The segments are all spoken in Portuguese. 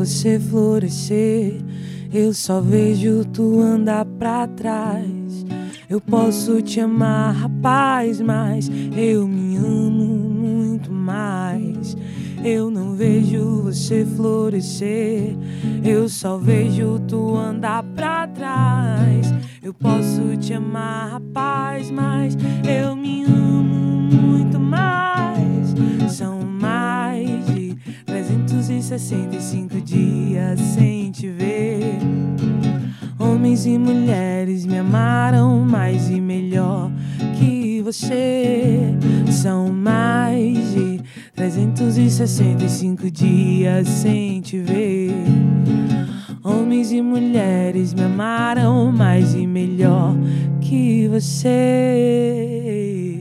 você florescer, eu só vejo tu andar pra trás. Eu posso te amar, rapaz, mas eu me amo muito mais. Eu não vejo você florescer, eu só vejo tu andar pra trás. Eu posso te amar, rapaz, mas eu me amo muito mais. São mais de 365 dias sem te ver. Homens e mulheres me amaram mais e melhor que você. São mais de 365 dias sem te ver. Homens e mulheres me amaram mais e melhor que você.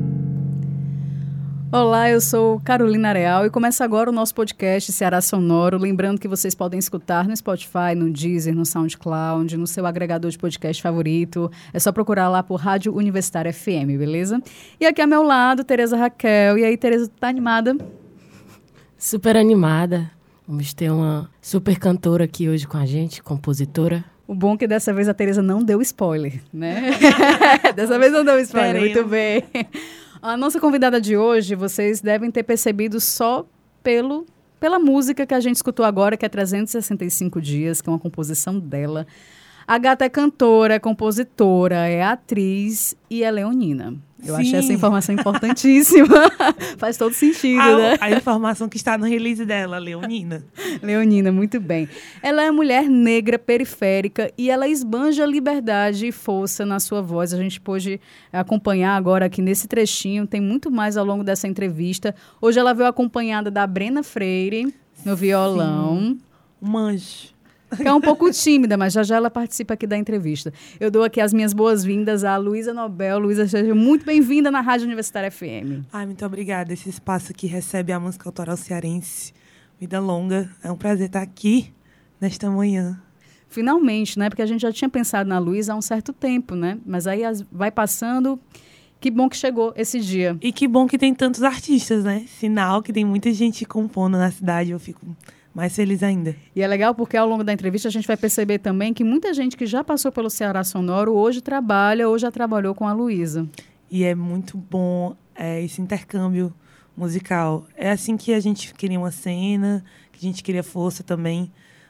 Olá, eu sou Carolina Real e começa agora o nosso podcast Ceará Sonoro. Lembrando que vocês podem escutar no Spotify, no Deezer, no SoundCloud, no seu agregador de podcast favorito. É só procurar lá por Rádio Universitária FM, beleza? E aqui ao meu lado, Tereza Raquel. E aí, Tereza, tá animada? Super animada. Vamos ter uma super cantora aqui hoje com a gente, compositora. O bom é que dessa vez a Tereza não deu spoiler, né? Dessa vez não deu spoiler, muito bem. A nossa convidada de hoje, vocês devem ter percebido só pela música que a gente escutou agora, que é 365 Dias, que é uma composição dela. A gata é cantora, é compositora, é atriz e é leonina. Eu achei essa informação importantíssima. Faz todo sentido, né? A informação que está no release dela, leonina. Leonina, muito bem. Ela é mulher negra, periférica, e ela esbanja liberdade e força na sua voz. A gente pôde acompanhar agora aqui nesse trechinho. Tem muito mais ao longo dessa entrevista. Hoje ela veio acompanhada da Brena Freire no violão. Sim. Um anjo. Que é um pouco tímida, mas já já ela participa aqui da entrevista. Eu dou aqui as minhas boas-vindas à Luísa Nobel. Luísa, seja muito bem-vinda na Rádio Universitária FM. Ai, muito obrigada. Esse espaço que recebe a música autoral cearense. Vida longa. É um prazer estar aqui nesta manhã. Finalmente, né? Porque a gente já tinha pensado na Luísa há um certo tempo, né? Mas aí vai passando. Que bom que chegou esse dia. E que bom que tem tantos artistas, né? Sinal que tem muita gente compondo na cidade. Eu fico mais feliz ainda. E é legal porque ao longo da entrevista a gente vai perceber também que muita gente que já passou pelo Ceará Sonoro hoje trabalha ou já trabalhou com a Luísa. E é muito bom esse intercâmbio musical. É assim que a gente queria uma cena, que a gente queria força também.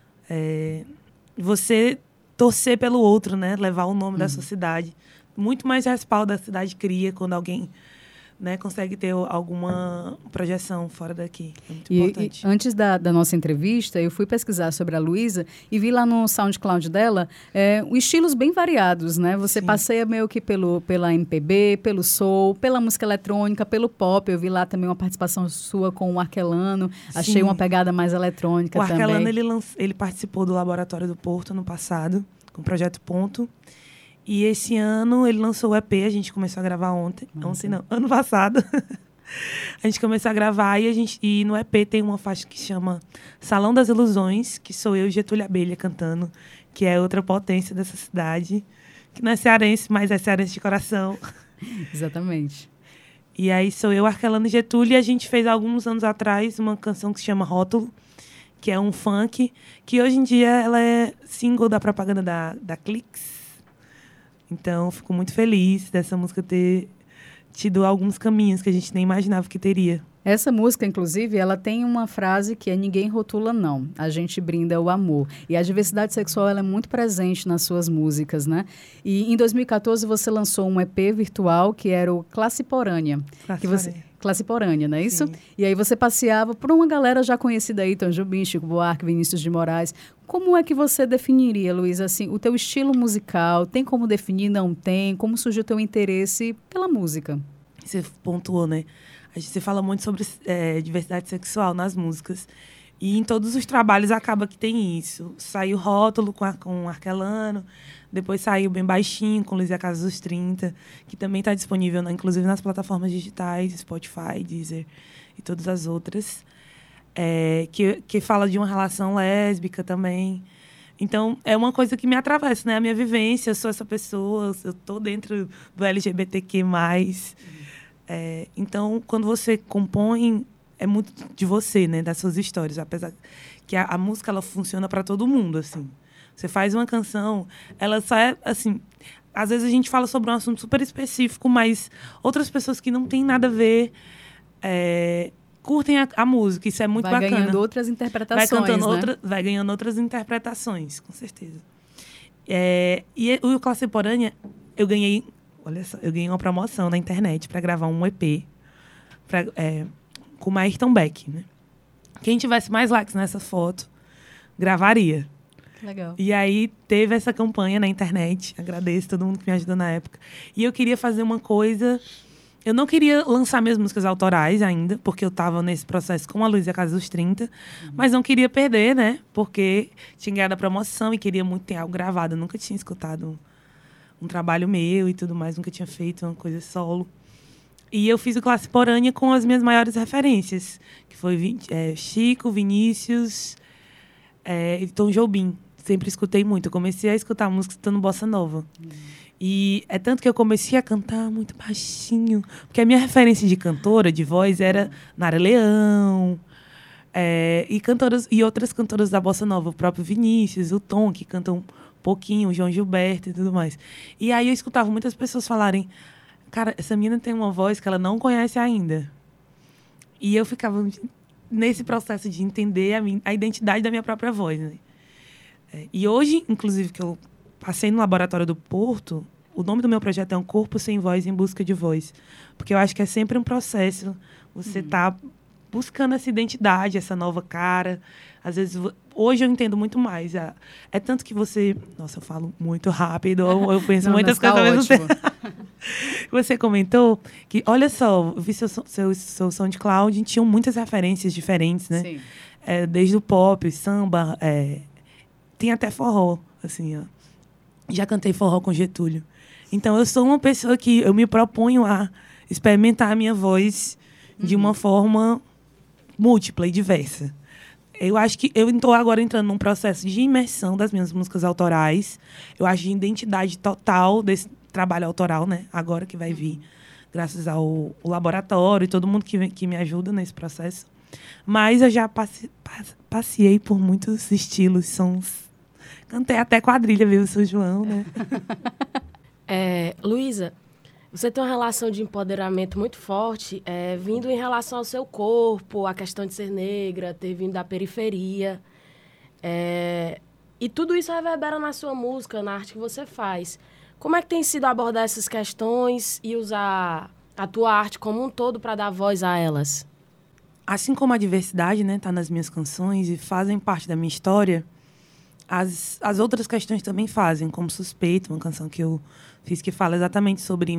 Você torcer pelo outro, né? Levar o nome da sua cidade. Muito mais respaldo a cidade cria quando alguém, né, consegue ter alguma projeção fora daqui. É muito importante. E antes da nossa entrevista, eu fui pesquisar sobre a Luísa e vi lá no SoundCloud dela estilos bem variados, né? Você Sim. passeia meio que pela MPB, pelo soul, pela música eletrônica, pelo pop. Eu vi lá também uma participação sua com o Arkelano. Achei uma pegada mais eletrônica também. O Arkelano, ele participou do Laboratório do Porto ano passado, com o Projeto Ponto. E esse ano ele lançou o EP, a gente começou a gravar ano passado. A gente começou a gravar e no EP tem uma faixa que chama Salão das Ilusões, que sou eu e Getúlio Abelha cantando, que é outra potência dessa cidade, que não é cearense, mas é cearense de coração. Exatamente. E aí sou eu, Arkelano e Getúlio, e a gente fez alguns anos atrás uma canção que se chama Rótulo, que é um funk, que hoje em dia ela é single da propaganda da Clix. Então, fico muito feliz dessa música ter tido alguns caminhos que a gente nem imaginava que teria. Essa música, inclusive, ela tem uma frase que é ninguém rotula não, a gente brinda o amor. E a diversidade sexual ela é muito presente nas suas músicas, né? E em 2014 você lançou um EP virtual que era o Classiporânea. Classiporânea, não é isso? Sim. E aí você passeava por uma galera já conhecida aí, Tom Jobim, Chico Buarque, Vinícius de Moraes. Como é que você definiria, Luísa, assim, o teu estilo musical? Tem como definir? Não tem? Como surgiu o teu interesse pela música? Você pontuou, né? Você fala muito sobre diversidade sexual nas músicas. E em todos os trabalhos acaba que tem isso. Saiu Rótulo com Arkelano, depois saiu Bem Baixinho com Luísa Casa dos 30, que também está disponível, né, inclusive nas plataformas digitais, Spotify, Deezer e todas as outras. Que fala de uma relação lésbica também. Então, é uma coisa que me atravessa, né? A minha vivência, eu sou essa pessoa, eu estou dentro do LGBTQ+. Então, quando você compõe é muito de você, né? Das suas histórias. Apesar que a música, ela funciona para todo mundo, assim. Você faz uma canção, ela só é, assim... Às vezes a gente fala sobre um assunto super específico, mas outras pessoas que não têm nada a ver curtem a música. Isso é muito bacana. Vai ganhando outras interpretações, né? Vai ganhando outras interpretações, com certeza. E o Classiporânea, eu ganhei... Olha só, eu ganhei uma promoção na internet para gravar um EP com o Ayrton Beck, né? Quem tivesse mais likes nessa foto, gravaria. Legal. E aí teve essa campanha na internet. Agradeço todo mundo que me ajudou na época. E eu queria fazer uma coisa... Eu não queria lançar minhas músicas autorais ainda, porque eu estava nesse processo com a Luísa Casa dos 30, mas não queria perder, né? Porque tinha ganhado a promoção e queria muito ter algo gravado. Eu nunca tinha escutado um trabalho meu e tudo mais, nunca tinha feito uma coisa solo. E eu fiz o Classiporânea com as minhas maiores referências, que foi Chico, Vinícius e Tom Jobim. Sempre escutei muito. Eu comecei a escutar música escutando bossa nova. E é tanto que eu comecei a cantar muito baixinho. Porque a minha referência de cantora, de voz, era Nara Leão. E outras cantoras da bossa nova. O próprio Vinícius, o Tom, que cantam um pouquinho, o João Gilberto e tudo mais. E aí eu escutava muitas pessoas falarem: cara, essa menina tem uma voz que ela não conhece ainda. E eu ficava nesse processo de entender a identidade da minha própria voz, né? E hoje, inclusive, que eu passei no Laboratório do Porto, o nome do meu projeto é Um Corpo Sem Voz em Busca de Voz. Porque eu acho que é sempre um processo. Você tá buscando essa identidade, essa nova cara. Às vezes, hoje eu entendo muito mais. É tanto que você... Nossa, eu falo muito rápido, eu penso muitas coisas ao mesmo tempo. Você comentou que, olha só, eu vi seu SoundCloud, tinham muitas referências diferentes, né? Sim. Desde o pop, samba, tem até forró, assim, ó. Já cantei forró com Getúlio. Então, eu sou uma pessoa que eu me proponho a experimentar a minha voz de uma forma múltipla e diversa. Eu acho que eu estou agora entrando num processo de imersão das minhas músicas autorais. Eu acho de identidade total desse trabalho autoral, né? Agora que vai vir, graças ao laboratório e todo mundo que me ajuda nesse processo. Mas eu já passei por muitos estilos, sons. Cantei até quadrilha, viu, São João, né? Luísa, você tem uma relação de empoderamento muito forte, vindo em relação ao seu corpo, a questão de ser negra, ter vindo da periferia. E tudo isso reverbera na sua música, na arte que você faz. Como é que tem sido abordar essas questões e usar a tua arte como um todo para dar voz a elas? Assim como a diversidade, né, tá nas minhas canções e fazem parte da minha história, as outras questões também fazem, como Suspeito, uma canção que eu fiz que fala exatamente sobre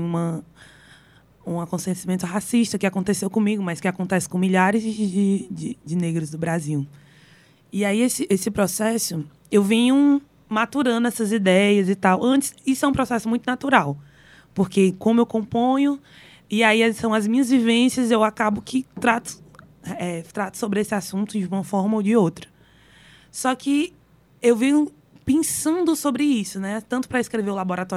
um acontecimento racista que aconteceu comigo, mas que acontece com milhares de negros do Brasil. E aí esse processo, eu venho maturando essas ideias e tal. Antes, isso é um processo muito natural, porque como eu componho, e aí são as minhas vivências, eu acabo que trato sobre esse assunto de uma forma ou de outra. Só que eu venho pensando sobre isso, né? Tanto para escrever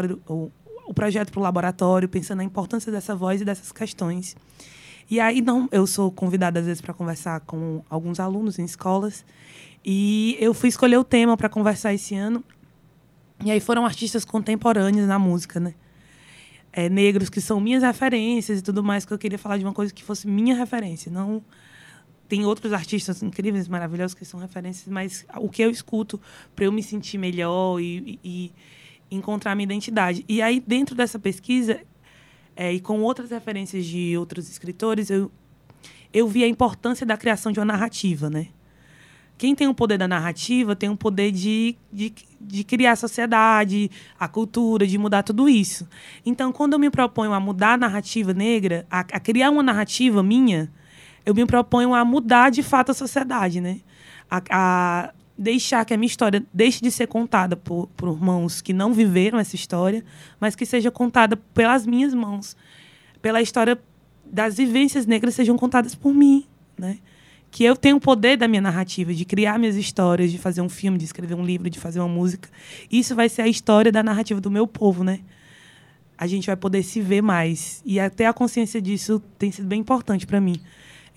o projeto para o laboratório, pensando na importância dessa voz e dessas questões. E aí eu sou convidada, às vezes, para conversar com alguns alunos em escolas. E eu fui escolher o tema para conversar esse ano. E aí foram artistas contemporâneos na música, né? Negros que são minhas referências e tudo mais, que eu queria falar de uma coisa que fosse minha referência, não... Tem outros artistas incríveis, maravilhosos, que são referências, mas o que eu escuto para eu me sentir melhor e encontrar minha identidade. E aí, dentro dessa pesquisa, e com outras referências de outros escritores, eu vi a importância da criação de uma narrativa, né? Quem tem o poder da narrativa tem o poder de criar a sociedade, a cultura, de mudar tudo isso. Então, quando eu me proponho a mudar a narrativa negra, a criar uma narrativa minha, eu me proponho a mudar, de fato, a sociedade, né? A deixar que a minha história deixe de ser contada por mãos que não viveram essa história, mas que seja contada pelas minhas mãos. Pela história das vivências negras sejam contadas por mim, né? Que eu tenho o poder da minha narrativa, de criar minhas histórias, de fazer um filme, de escrever um livro, de fazer uma música. Isso vai ser a história da narrativa do meu povo, né? A gente vai poder se ver mais. E até a consciência disso tem sido bem importante para mim.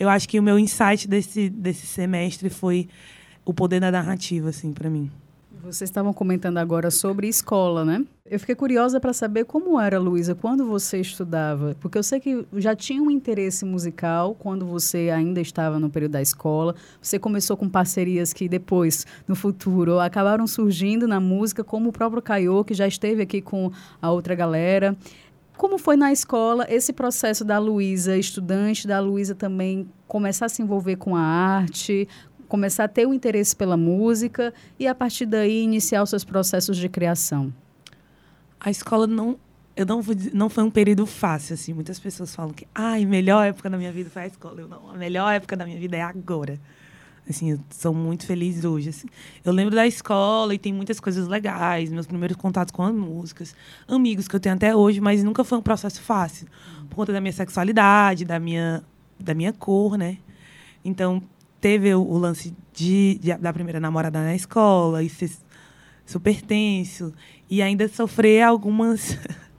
eu acho que o meu insight desse semestre foi o poder da narrativa, assim, para mim. Vocês estavam comentando agora sobre escola, né? Eu fiquei curiosa para saber como era, Luísa, quando você estudava. Porque eu sei que já tinha um interesse musical quando você ainda estava no período da escola. Você começou com parcerias que depois, no futuro, acabaram surgindo na música, como o próprio Caio, que já esteve aqui com a outra galera. Como foi na escola esse processo da Luísa, estudante, da Luísa também começar a se envolver com a arte, começar a ter o interesse pela música e, a partir daí, iniciar os seus processos de criação? A escola não foi um período fácil, assim. Muitas pessoas falam que a melhor época da minha vida foi a escola. A melhor época da minha vida é agora. Assim, eu sou muito feliz hoje, assim. Eu lembro da escola e tem muitas coisas legais, meus primeiros contatos com as músicas, amigos que eu tenho até hoje, mas nunca foi um processo fácil, por conta da minha sexualidade, da minha cor, né? Então, teve o lance da primeira namorada na escola, e ser super tenso, e ainda sofrer algumas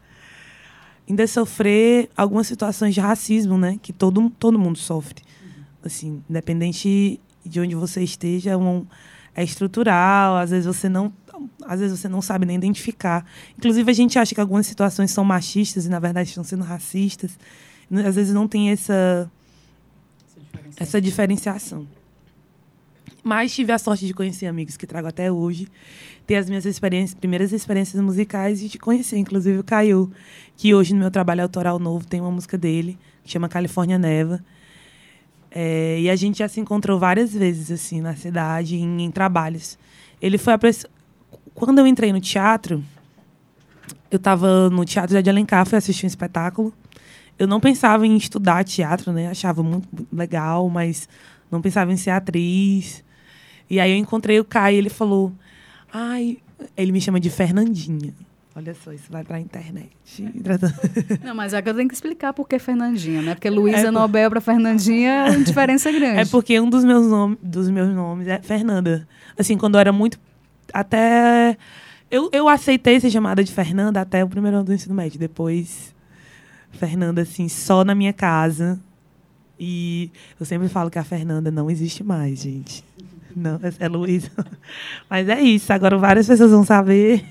situações de racismo, né? Que todo mundo sofre. Assim, independente de onde você esteja, é estrutural, às vezes você não sabe nem identificar. Inclusive, a gente acha que algumas situações são machistas e, na verdade, estão sendo racistas. Às vezes não tem essa diferenciação. Mas tive a sorte de conhecer amigos que trago até hoje, ter as minhas primeiras experiências musicais e de conhecer, inclusive, o Caio, que hoje, no meu trabalho autoral novo, tem uma música dele, que chama Califórnia Neva. E a gente já se encontrou várias vezes, assim, na cidade, em trabalhos. Ele foi Quando eu entrei no teatro, eu estava no Teatro de Alencar, fui assistir um espetáculo. Eu não pensava em estudar teatro, né? Achava muito legal, mas não pensava em ser atriz. E aí eu encontrei o Caio e ele falou... Ele me chama de Fernandinha. Olha só, isso vai para a internet. Não, mas agora eu tenho que explicar por que Fernandinha, né? Porque Luísa Nobel para Fernandinha é uma diferença grande. É porque um dos meus nomes é Fernanda. Assim, quando eu era muito... Até... Eu aceitei ser chamada de Fernanda até o primeiro ano do ensino médio. Depois, Fernanda, assim, só na minha casa. E eu sempre falo que a Fernanda não existe mais, gente. Não, é Luísa. Mas é isso. Agora várias pessoas vão saber...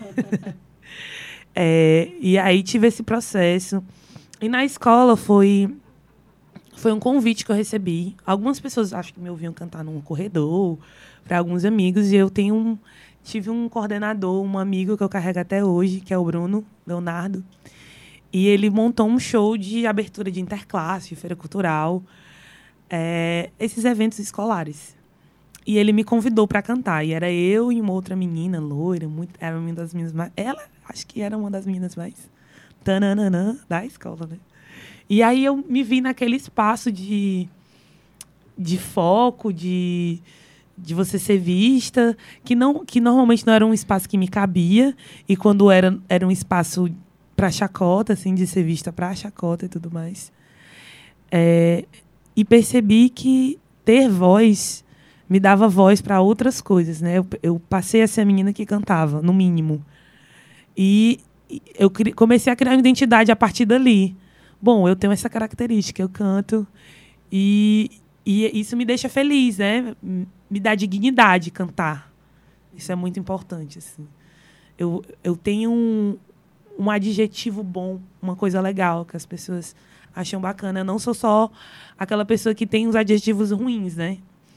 E aí tive esse processo. E na escola foi um convite que eu recebi. Algumas pessoas acho que me ouviam cantar num corredor, para alguns amigos. E eu tive um coordenador, um amigo que eu carrego até hoje, que é o Bruno Leonardo. E ele montou um show de abertura de interclasse, feira cultural, esses eventos escolares. E ele me convidou para cantar. E era eu e uma outra menina, loira, era uma das meninas mais... Acho que era uma das meninas mais tananana da escola, né? E aí eu me vi naquele espaço de foco, de você ser vista, que normalmente não era um espaço que me cabia. E quando era um espaço para chacota, assim, de ser vista para chacota e tudo mais. E percebi que ter voz me dava voz para outras coisas, né? Eu passei a ser a menina que cantava, no mínimo. E eu comecei a criar uma identidade a partir dali. Bom, eu tenho essa característica, eu canto. E isso me deixa feliz, né? Me dá dignidade cantar. Isso é muito importante, assim. Eu tenho um adjetivo bom, uma coisa legal, que as pessoas acham bacana. Eu não sou só aquela pessoa que tem os adjetivos ruins, né?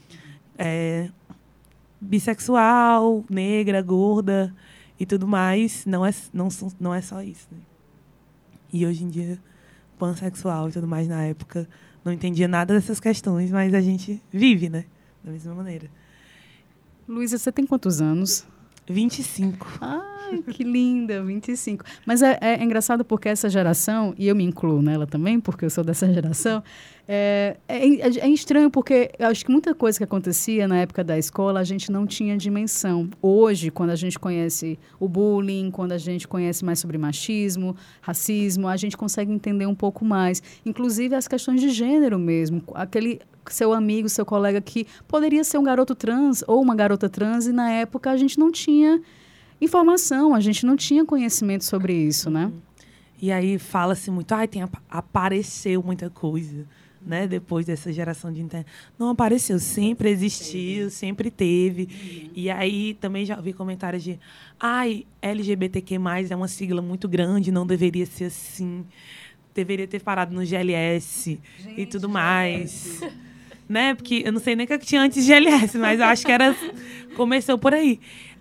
Bissexual, negra, gorda... e tudo mais, não é só isso, né? E hoje em dia, pansexual e tudo mais, na época, não entendia nada dessas questões, mas a gente vive, né? Da mesma maneira. Luísa, você tem quantos anos? 25. Ai, que linda, 25. Mas é engraçado porque essa geração, e eu me incluo nela também, porque eu sou dessa geração, é estranho porque eu acho que muita coisa que acontecia na época da escola a gente não tinha dimensão. Hoje, quando a gente conhece o bullying, quando a gente conhece mais sobre machismo, racismo, a gente consegue entender um pouco mais. Inclusive as questões de gênero mesmo. Aquele seu amigo, seu colega que poderia ser um garoto trans ou uma garota trans e na época a gente não tinha informação, a gente não tinha conhecimento sobre isso, né? E aí fala-se muito, apareceu muita coisa. né? Depois dessa geração de internet. Não apareceu, sempre existiu, sempre teve. E aí também já vi comentários de LGBTQ+, é uma sigla muito grande, não deveria ser assim. Deveria ter parado no GLS e tudo mais. Né? Porque eu não sei nem o que tinha antes de GLS, mas eu acho que começou por aí.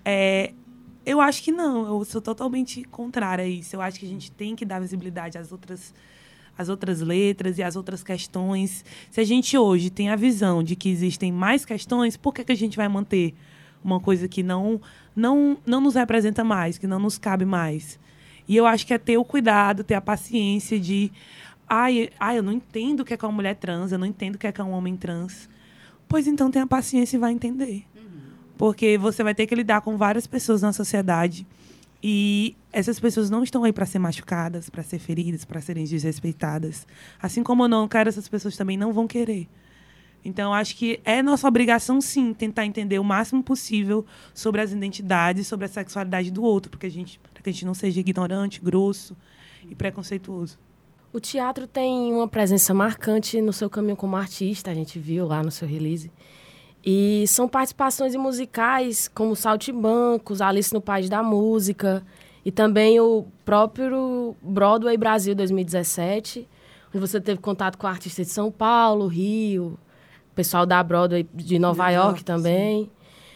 Eu acho que não, eu sou totalmente contrária a isso. Eu acho que a gente tem que dar visibilidade às outras letras e às outras questões. Se a gente hoje tem a visão de que existem mais questões, por que a gente vai manter uma coisa que não nos representa mais, que não nos cabe mais? E eu acho que é ter o cuidado, ter a paciência de... eu não entendo o que é uma mulher trans, eu não entendo o que é um homem trans. Pois então tenha paciência e vai entender. Porque você vai ter que lidar com várias pessoas na sociedade e essas pessoas não estão aí para ser machucadas, para ser feridas, para serem desrespeitadas. Assim como eu não quero, essas pessoas também não vão querer. Então, acho que é nossa obrigação, sim, tentar entender o máximo possível sobre as identidades, sobre a sexualidade do outro, para que a gente não seja ignorante, grosso e preconceituoso. O teatro tem uma presença marcante no seu caminho como artista, a gente viu lá no seu release. E são participações em musicais como Saltimbancos, Alice no País da Música e também o próprio Broadway Brasil 2017, onde você teve contato com artistas de São Paulo, Rio, pessoal da Broadway de Nova York também.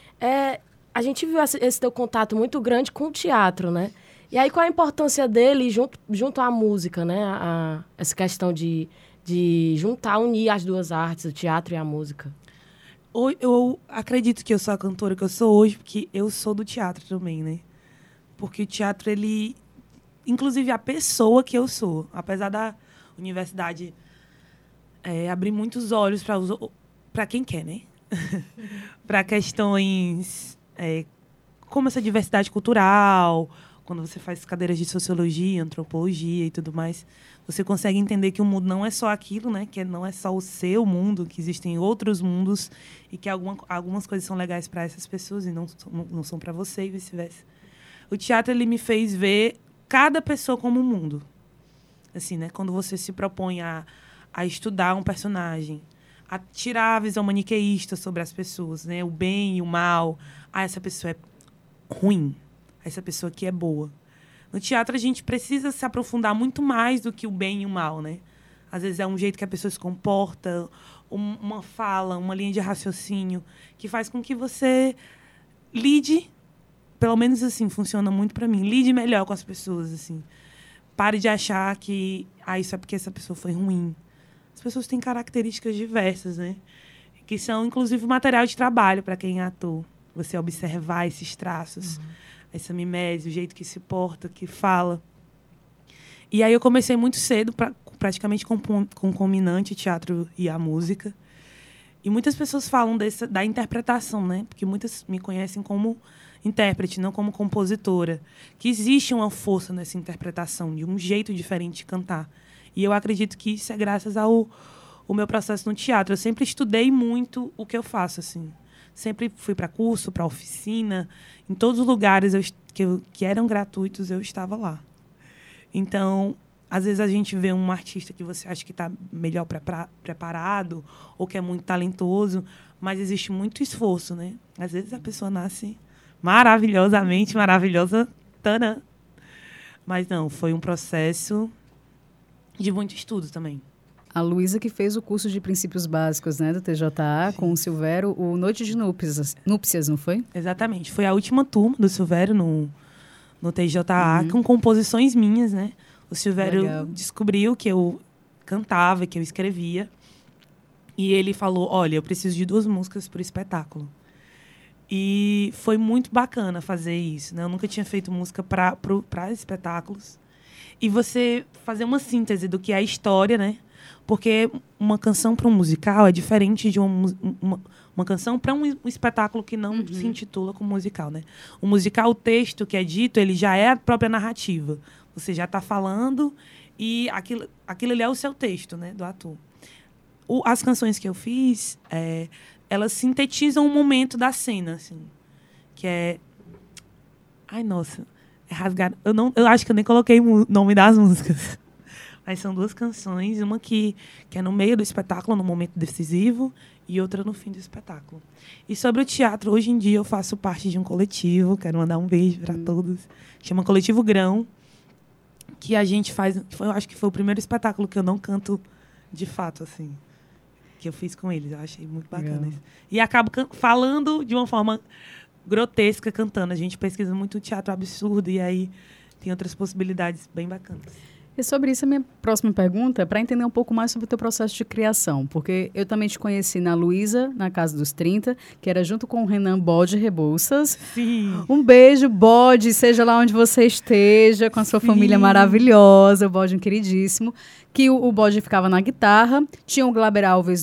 A gente viu esse teu contato muito grande com o teatro, né? E aí qual a importância dele junto à música, né? Essa questão de juntar, unir as duas artes, o teatro e a música. Eu acredito que eu sou a cantora que eu sou hoje, porque eu sou do teatro também, né? Porque o teatro, ele... Inclusive, a pessoa que eu sou, apesar da universidade abrir muitos olhos para quem quer, né? Para questões como essa diversidade cultural, quando você faz cadeiras de sociologia, antropologia e tudo mais, você consegue entender que o mundo não é só aquilo, né? Que não é só o seu mundo, que existem outros mundos e que algumas coisas são legais para essas pessoas e não são para você e vice-versa. O teatro, ele me fez ver cada pessoa como um mundo. Assim, né? Quando você se propõe a estudar um personagem, a tirar a visão maniqueísta sobre as pessoas, né? O bem e o mal. Essa pessoa é ruim. Essa pessoa aqui é boa. No teatro, a gente precisa se aprofundar muito mais do que o bem e o mal, né? Às vezes é um jeito que a pessoa se comporta, uma fala, uma linha de raciocínio, que faz com que você lide, pelo menos assim, funciona muito para mim, lide melhor com as pessoas, assim. Pare de achar que isso é porque essa pessoa foi ruim. As pessoas têm características diversas, né? Que são, inclusive, material de trabalho para quem é ator. Você observar esses traços, essa mimese, o jeito que se porta, que fala. E aí eu comecei muito cedo, praticamente concomitante, teatro e a música. E muitas pessoas falam da interpretação, né? Porque muitas me conhecem como intérprete, não como compositora. Que existe uma força nessa interpretação, de um jeito diferente de cantar. E eu acredito que isso é graças ao meu processo no teatro. Eu sempre estudei muito o que eu faço, assim. Sempre fui para curso, para oficina. Em todos os lugares que eram gratuitos, eu estava lá. Então, às vezes a gente vê um artista que você acha que está melhor preparado ou que é muito talentoso, mas existe muito esforço, né? Às vezes a pessoa nasce maravilhosamente maravilhosa, tanã. Mas não, foi um processo de muito estudo também. A Luísa que fez o curso de princípios básicos, né, do TJA, com o Silvério, o Noite de Núpcias, não foi? Exatamente. Foi a última turma do Silvério no TJA, com composições minhas, né? O Silvério descobriu que eu cantava, que eu escrevia. E ele falou, olha, eu preciso de 2 músicas para o espetáculo. E foi muito bacana fazer isso, né? Eu nunca tinha feito música para espetáculos. E você fazer uma síntese do que é a história, né? Porque uma canção para um musical é diferente de uma canção para um espetáculo que não se intitula como musical, né? O musical, o texto que é dito, ele já é a própria narrativa. Você já está falando e aquilo ali é o seu texto, né, do ator. As canções que eu fiz, elas sintetizam o momento da cena, assim. Que é... Ai, nossa. É rasgado. Eu acho que eu nem coloquei o nome das músicas. Aí são 2 canções, uma que é no meio do espetáculo, no momento decisivo, e outra no fim do espetáculo. E sobre o teatro, hoje em dia eu faço parte de um coletivo, quero mandar um beijo para todos, chama Coletivo Grão, que a gente faz, eu acho que foi o primeiro espetáculo que eu não canto de fato, assim, que eu fiz com eles, eu achei muito bacana isso. E acabo falando de uma forma grotesca, cantando. A gente pesquisa muito teatro absurdo e aí tem outras possibilidades bem bacanas. E sobre isso, a minha próxima pergunta é para entender um pouco mais sobre o teu processo de criação, porque eu também te conheci na Luísa, na Casa dos 30, que era junto com o Renan Bode Rebouças. Sim. Um beijo, Bode, seja lá onde você esteja, com a sua família maravilhosa, o Bode é um queridíssimo, que o Bode ficava na guitarra, tinha o Glauber Alves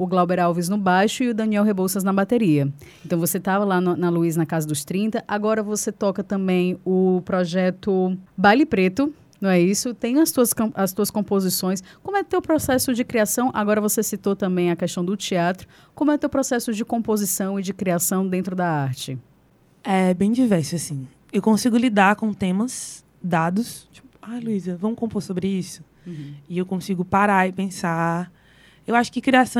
no baixo e o Daniel Rebouças na bateria. Então você estava lá na Luísa, na Casa dos 30, agora você toca também o projeto Baile Preto, não é isso? Tem as tuas composições. Como é o teu processo de criação? Agora você citou também a questão do teatro. Como é o teu processo de composição e de criação dentro da arte? É bem diverso, assim. Eu consigo lidar com temas dados. Tipo, Luísa, vamos compor sobre isso? Uhum. E eu consigo parar e pensar. Eu acho que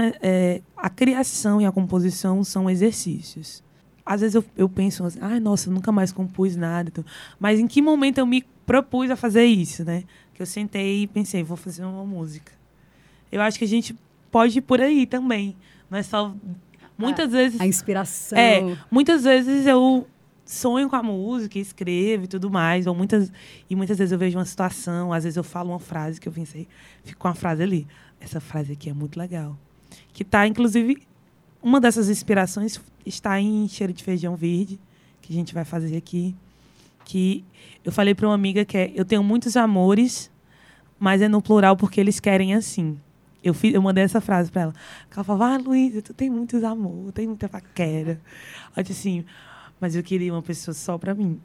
a criação e a composição são exercícios. Às vezes eu penso assim, nossa, eu nunca mais compus nada. Então. Mas em que momento eu me propus a fazer isso, né? Que eu sentei e pensei, vou fazer uma música. Eu acho que a gente pode ir por aí também. Não é só... Muitas vezes... A inspiração. Muitas vezes eu sonho com a música, escrevo e tudo mais. Muitas vezes eu vejo uma situação, às vezes eu falo uma frase que eu pensei, fico com a frase ali. Essa frase aqui é muito legal. Que está, inclusive... Uma dessas inspirações está em Cheiro de Feijão Verde, que a gente vai fazer aqui. Que eu falei para uma amiga que eu tenho muitos amores, mas é no plural porque eles querem assim. Eu mandei essa frase para ela. Ela falava, Luísa, tu tem muitos amores, tem muita paquera. Eu disse assim, mas eu queria uma pessoa só para mim.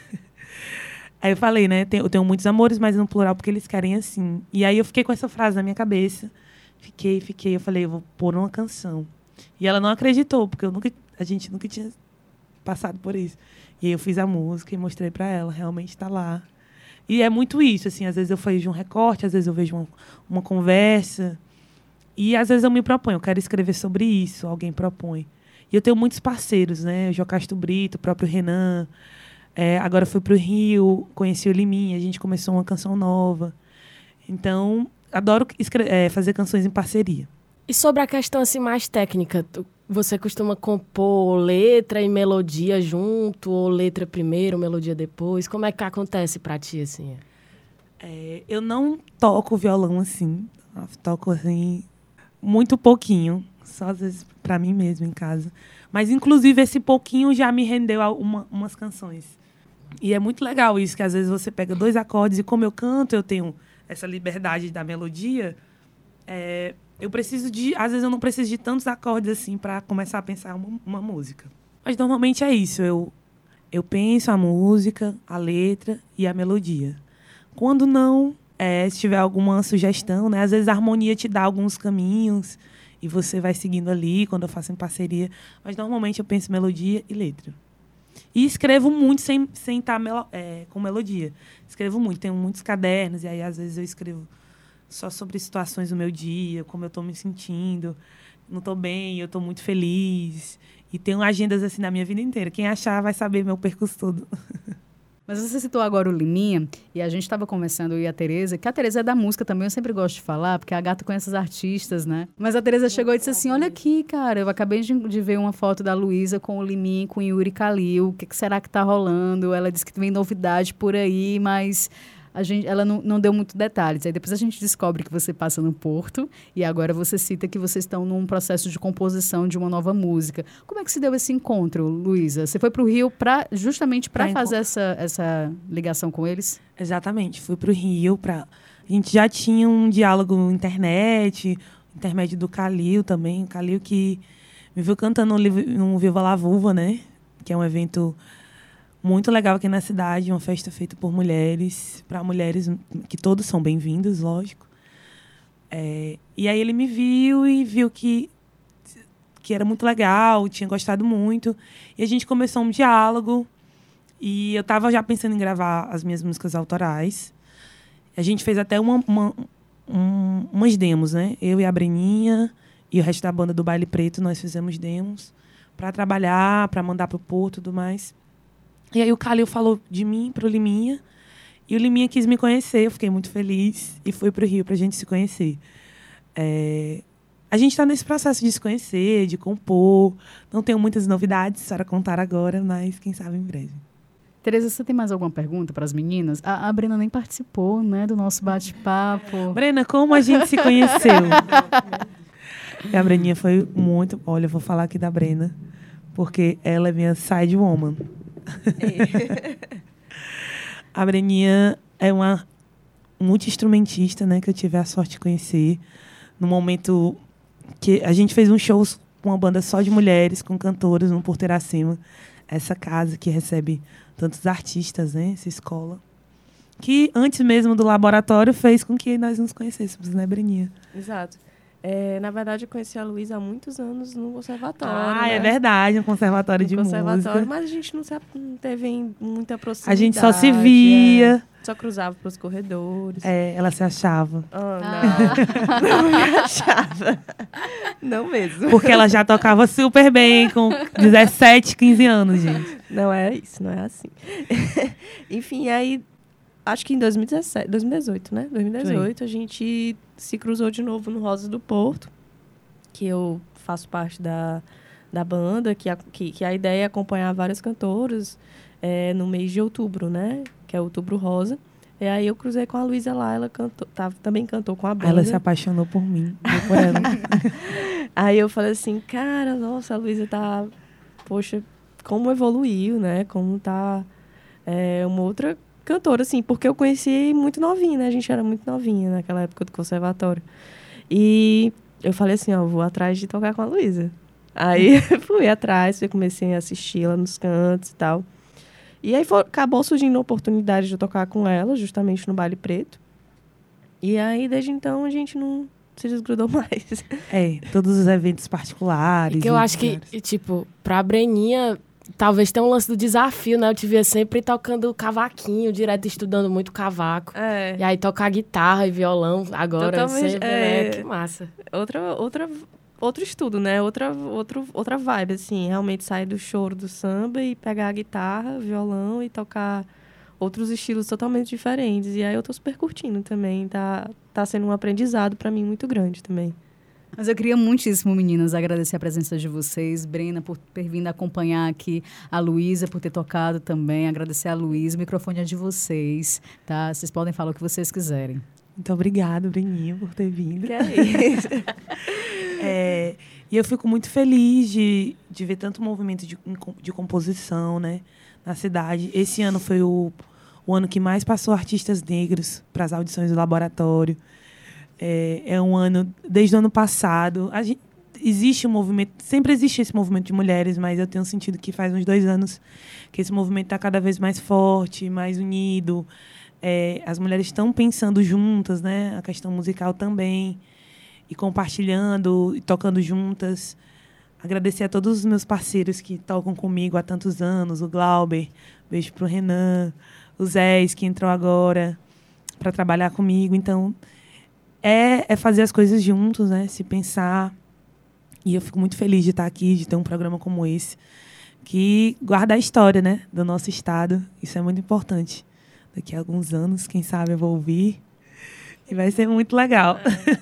Aí eu falei, né, eu tenho muitos amores, mas é no plural porque eles querem assim. E aí eu fiquei com essa frase na minha cabeça. Fiquei. Eu falei, eu vou pôr uma canção. E ela não acreditou, porque a gente nunca tinha passado por isso. E aí eu fiz a música e mostrei para ela, realmente está lá. E é muito isso, assim, às vezes eu vejo um recorte, às vezes eu vejo uma conversa. E às vezes eu me proponho, eu quero escrever sobre isso, alguém propõe. E eu tenho muitos parceiros, né? O Jocasta Brito, o próprio Renan. Agora fui para o Rio, conheci o Liminha, a gente começou uma canção nova. Então, adoro fazer canções em parceria. E sobre a questão assim, mais técnica, você costuma compor letra e melodia junto, ou letra primeiro, melodia depois? Como é que acontece pra ti, assim? Eu não toco violão assim, toco assim, muito pouquinho, só às vezes pra mim mesmo em casa. Mas, inclusive, esse pouquinho já me rendeu umas canções. E é muito legal isso, que às vezes você pega 2 acordes e como eu canto, eu tenho essa liberdade da melodia, às vezes eu não preciso de tantos acordes assim para começar a pensar uma música. Mas normalmente é isso, eu penso a música, a letra e a melodia. Quando não, se tiver alguma sugestão, né? Às vezes a harmonia te dá alguns caminhos e você vai seguindo ali quando eu faço em parceria. Mas normalmente eu penso melodia e letra. E escrevo muito sem estar com melodia. Escrevo muito, tenho muitos cadernos e aí às vezes eu escrevo só sobre situações do meu dia, como eu estou me sentindo. Não estou bem, eu estou muito feliz. E tenho agendas assim na minha vida inteira. Quem achar vai saber meu percurso todo. Mas você citou agora o Liminha, e a gente estava conversando, eu e a Tereza, que a Tereza é da música também, eu sempre gosto de falar, porque a gata conhece os artistas, né? Mas a Tereza chegou e disse assim, olha aqui, cara, eu acabei de ver uma foto da Luísa com o Liminha e com o Yuri Kalil, o que será que tá rolando? Ela disse que vem novidade por aí, mas... ela não deu muito detalhes. Aí depois a gente descobre que você passa no Porto e agora você cita que vocês estão num processo de composição de uma nova música. Como é que se deu esse encontro, Luísa? Você foi para o Rio justamente para fazer essa ligação com eles? Exatamente. Fui para o Rio. A gente já tinha um diálogo na internet, intermédio do Kalil também. O Kalil que me viu cantando no Viva La Vulva, né? Que é um evento... muito legal aqui na cidade, uma festa feita por mulheres, para mulheres que todos são bem-vindos, lógico. E aí ele me viu e viu que era muito legal, tinha gostado muito. E a gente começou um diálogo. E eu estava já pensando em gravar as minhas músicas autorais. A gente fez até umas demos, né? Eu e a Breninha e o resto da banda do Baile Preto, nós fizemos demos para trabalhar, para mandar pro Porto e tudo mais. E aí o Calil falou de mim pro Liminha, e o Liminha quis me conhecer, eu fiquei muito feliz e fui pro Rio pra gente se conhecer. A gente está nesse processo de se conhecer, de compor. Não tenho muitas novidades para contar agora, mas quem sabe em breve. Tereza, você tem mais alguma pergunta para as meninas? A Brena nem participou, né, do nosso bate-papo. Brena, como a gente se conheceu? E a Breninha foi muito... Olha, eu vou falar aqui da Brena, porque ela é minha side woman. A Breninha é uma multi-instrumentista, né, que eu tive a sorte de conhecer. No momento que a gente fez um show com uma banda só de mulheres, com cantoras, no Porto Acima. Essa casa que recebe tantos artistas, né? Essa escola. Que, antes mesmo do laboratório, fez com que nós nos conhecêssemos, né, Breninha? Exato. Na verdade, eu conheci a Luísa há muitos anos no conservatório. É verdade, no conservatório de música. Mas a gente não teve muita proximidade. A gente só se via. Só cruzava pelos corredores. Ela se achava. Não me achava. Não mesmo. Porque ela já tocava super bem com 17, 15 anos, gente. Não é isso, não é assim. Enfim, aí... Acho que em 2018, né? 2018, Sim. A gente se cruzou de novo no Rosas do Porto, que eu faço parte da banda, que a ideia é acompanhar várias cantoras no mês de outubro, né? Que é Outubro Rosa. E aí eu cruzei com a Luísa lá, ela também cantou com a banda. Ela se apaixonou por mim, por ela. Aí eu falei assim, cara, nossa, a Luísa tá... Poxa, como evoluiu, né? Como tá uma outra... cantora, assim, porque eu conheci muito novinha, né? A gente era muito novinha naquela época do conservatório. E eu falei assim, vou atrás de tocar com a Luísa. Aí fui atrás, comecei a assistir ela nos cantos e tal. E aí acabou surgindo a oportunidade de eu tocar com ela, justamente no Baile Preto. E aí, desde então, a gente não se desgrudou mais. Todos os eventos particulares. Que eu acho que, tipo, pra Breninha... Talvez tenha um lance do desafio, né? Eu te via sempre tocando cavaquinho, direto estudando muito cavaco. E aí tocar guitarra e violão agora, sempre, né? Que massa. Outro estudo, né? Outra vibe, assim. Realmente sair do choro, do samba e pegar a guitarra, violão e tocar outros estilos totalmente diferentes. E aí eu tô super curtindo também. Tá sendo um aprendizado pra mim muito grande também. Mas eu queria muitíssimo, meninas, agradecer a presença de vocês. Brena, por ter vindo acompanhar aqui a Luísa, por ter tocado também. Agradecer a Luísa. O microfone é de vocês, tá? Vocês podem falar o que vocês quiserem. Muito obrigada, Breninha, por ter vindo. Que é isso. E eu fico muito feliz de ver tanto movimento de composição, né, na cidade. Esse ano foi o ano que mais passou artistas negros para as audições do laboratório. É um ano, desde o ano passado, existe um movimento, sempre existe esse movimento de mulheres, mas eu tenho sentido que faz uns 2 anos que esse movimento está cada vez mais forte, mais unido. As mulheres estão pensando juntas, né? A questão musical também, e compartilhando, e tocando juntas. Agradecer a todos os meus parceiros que tocam comigo há tantos anos, o Glauber, beijo pro Renan, o Zés, que entrou agora para trabalhar comigo. Então, é fazer as coisas juntos, né? Se pensar. E eu fico muito feliz de estar aqui, de ter um programa como esse, que guarda a história, né, do nosso estado. Isso é muito importante. Daqui a alguns anos, quem sabe, eu vou ouvir. E vai ser muito legal.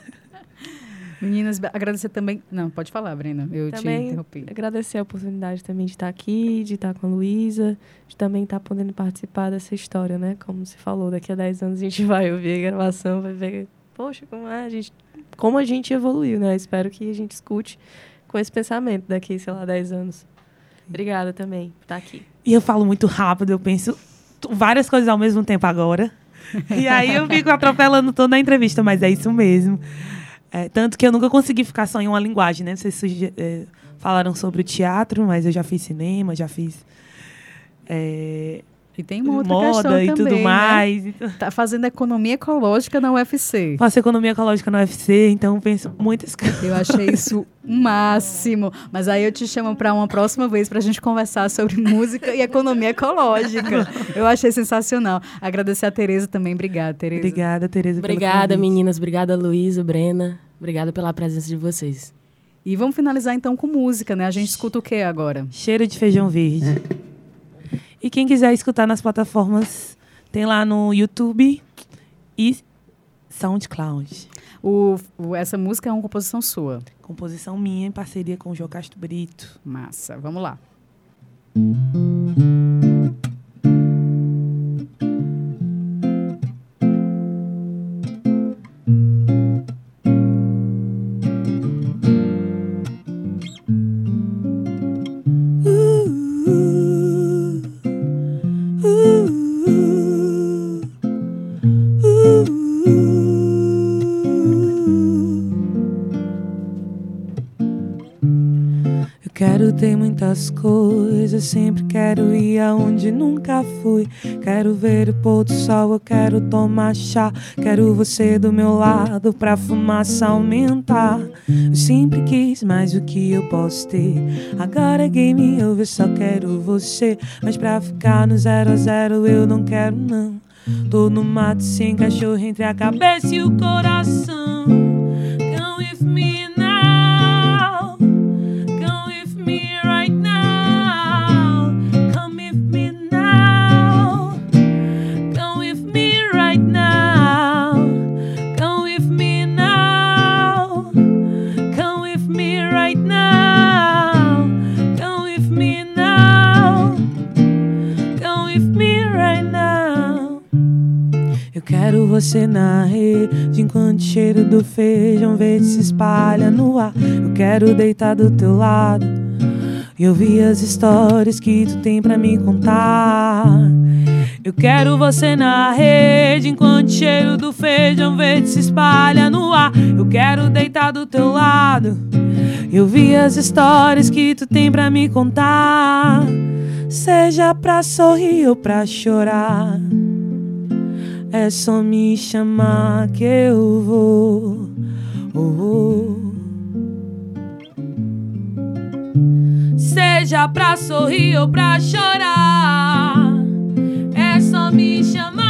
Meninas, agradecer também... Não, pode falar, Brena. Eu também te interrompi. Agradecer a oportunidade também de estar aqui, de estar com a Luísa, de também estar podendo participar dessa história, né? Como você falou, daqui a 10 anos a gente vai ouvir a gravação, vai ver... Poxa, como a gente evoluiu, né? Espero que a gente escute com esse pensamento daqui, sei lá, 10 anos. Obrigada também por estar aqui. E eu falo muito rápido, eu penso várias coisas ao mesmo tempo agora. E aí eu fico atropelando toda a entrevista, mas é isso mesmo. Tanto que eu nunca consegui ficar só em uma linguagem, né? Vocês falaram sobre o teatro, mas eu já fiz cinema, já fiz E tem uma outra moda questão e também, tudo né? mais. Então, Tá fazendo economia ecológica na UFC. faço economia ecológica no UFC, então penso muitas coisas. Eu achei isso o máximo. Mas aí eu te chamo para uma próxima vez para a gente conversar sobre música e economia ecológica. Eu achei sensacional. Agradecer a Tereza também. Obrigada, Tereza. Obrigada, Tereza, pelo Obrigada, convite. meninas. Obrigada, Luísa, Brena. Obrigada pela presença de vocês. E vamos finalizar então com música, né? A gente escuta o que agora? Cheiro de feijão verde. E quem quiser escutar nas plataformas, tem lá no YouTube e SoundCloud. Essa música é uma composição sua. Composição minha em parceria com o João Castro Brito. Massa. Vamos lá. Quero ter muitas coisas, sempre quero ir aonde nunca fui. Quero ver o pôr do sol, eu quero tomar chá. Quero você do meu lado pra fumaça aumentar. Eu sempre quis mais do que eu posso ter. Agora game over, só quero você. Mas pra ficar no 0 a 0 eu não quero não. Tô no mato sem cachorro entre a cabeça e o coração. Come with me now. Come with me right now. Come with me now. Come with me right now. Come with me now. Come with me right now. Come with me now. Come with me right now. Eu quero você na rede, enquanto o cheiro do feijão verde se espalha no ar. Eu quero deitar do teu lado e ouvir as histórias que tu tem pra me contar. Eu quero você na rede, enquanto o cheiro do feijão verde se espalha no ar. Eu quero deitar do teu lado e ouvir as histórias que tu tem pra me contar. Seja pra sorrir ou pra chorar, é só me chamar que eu vou. Seja pra sorrir ou pra chorar, é só me chamar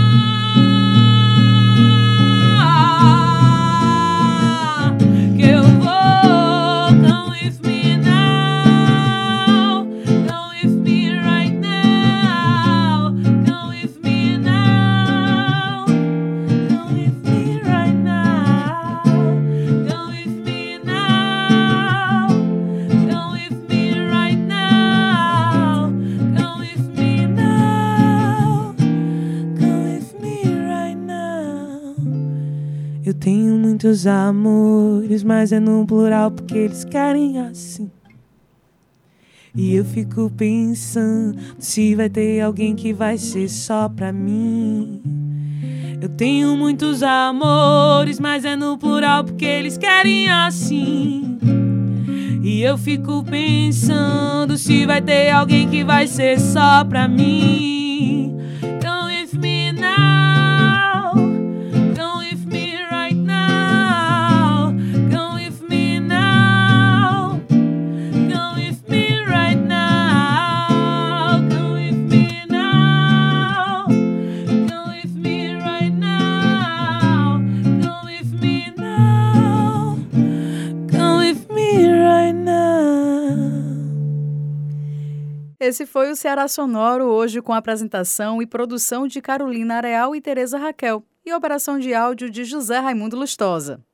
que eu vou. Come with me now. Come with me right now. Come with me now. Come with me right now. Come with me now. Come with me right now. Come with me now. Come with me right now. Eu tenho muitos amores, mas é no plural porque eles querem assim. E eu fico pensando se vai ter alguém que vai ser só pra mim. Eu tenho muitos amores, mas é no plural porque eles querem assim. E eu fico pensando se vai ter alguém que vai ser só pra mim. Come with me now. Come with me right now. Come with me now. Come with me right now. Come with me now. Come with me right now. Come with me now. Come with me right now. Esse foi o Ceará Sonoro, hoje com a apresentação e produção de Carolina Areal e Tereza Raquel, e operação de áudio de José Raimundo Lustosa.